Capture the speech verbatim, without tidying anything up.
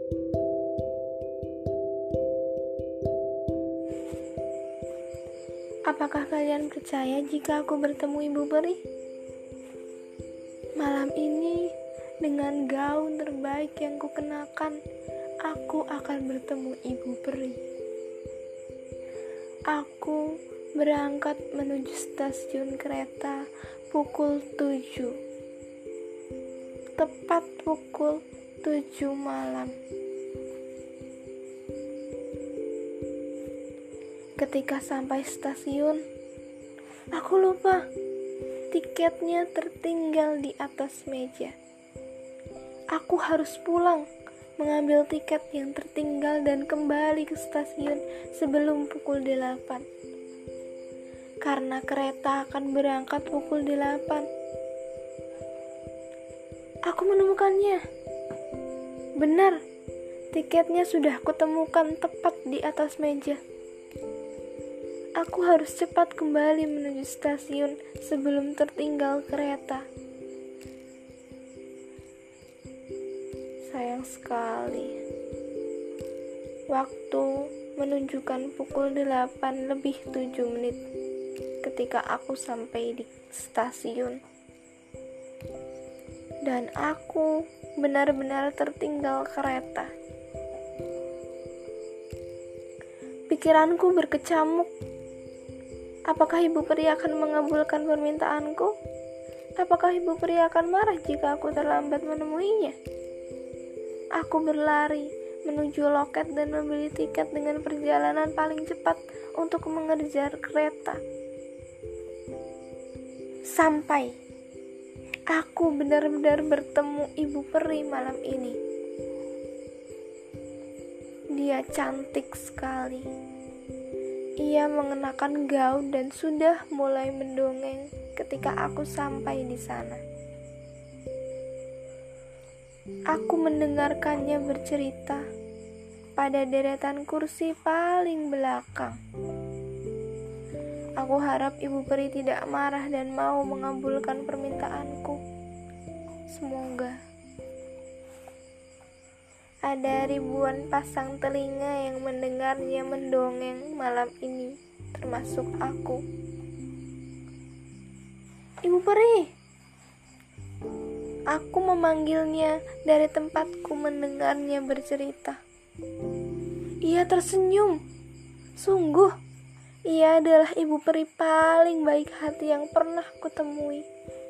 Apakah kalian percaya jika aku bertemu ibu peri? Malam ini, dengan gaun terbaik yang kukenakan, aku akan bertemu ibu peri. Aku berangkat menuju stasiun kereta pukul tujuh. Tepat pukul tujuh malam. Ketika sampai stasiun, aku lupa tiketnya tertinggal di atas meja. Aku harus pulang mengambil tiket yang tertinggal dan kembali ke stasiun sebelum pukul delapan. Karena kereta akan berangkat pukul delapan. Aku menemukannya. Benar, tiketnya sudah kutemukan tepat di atas meja. Aku harus cepat kembali menuju stasiun sebelum tertinggal kereta. Sayang sekali. Waktu menunjukkan pukul delapan lebih tujuh menit ketika aku sampai di stasiun. Dan aku benar-benar tertinggal kereta. Pikiranku berkecamuk. Apakah ibu peri akan mengabulkan permintaanku? Apakah ibu peri akan marah jika aku terlambat menemuinya? Aku berlari menuju loket dan membeli tiket dengan perjalanan paling cepat untuk mengejar kereta. Sampai aku benar-benar bertemu ibu peri malam ini. Dia cantik sekali. Ia mengenakan gaun dan sudah mulai mendongeng ketika aku sampai di sana. Aku mendengarkannya bercerita pada deretan kursi paling belakang. Aku harap ibu peri tidak marah dan mau mengabulkan permintaanku. Semoga. Ada ribuan pasang telinga yang mendengarnya mendongeng malam ini, termasuk aku. Ibu peri! Aku memanggilnya dari tempatku mendengarnya bercerita. Ia tersenyum. Sungguh, ia adalah ibu peri paling baik hati yang pernah kutemui.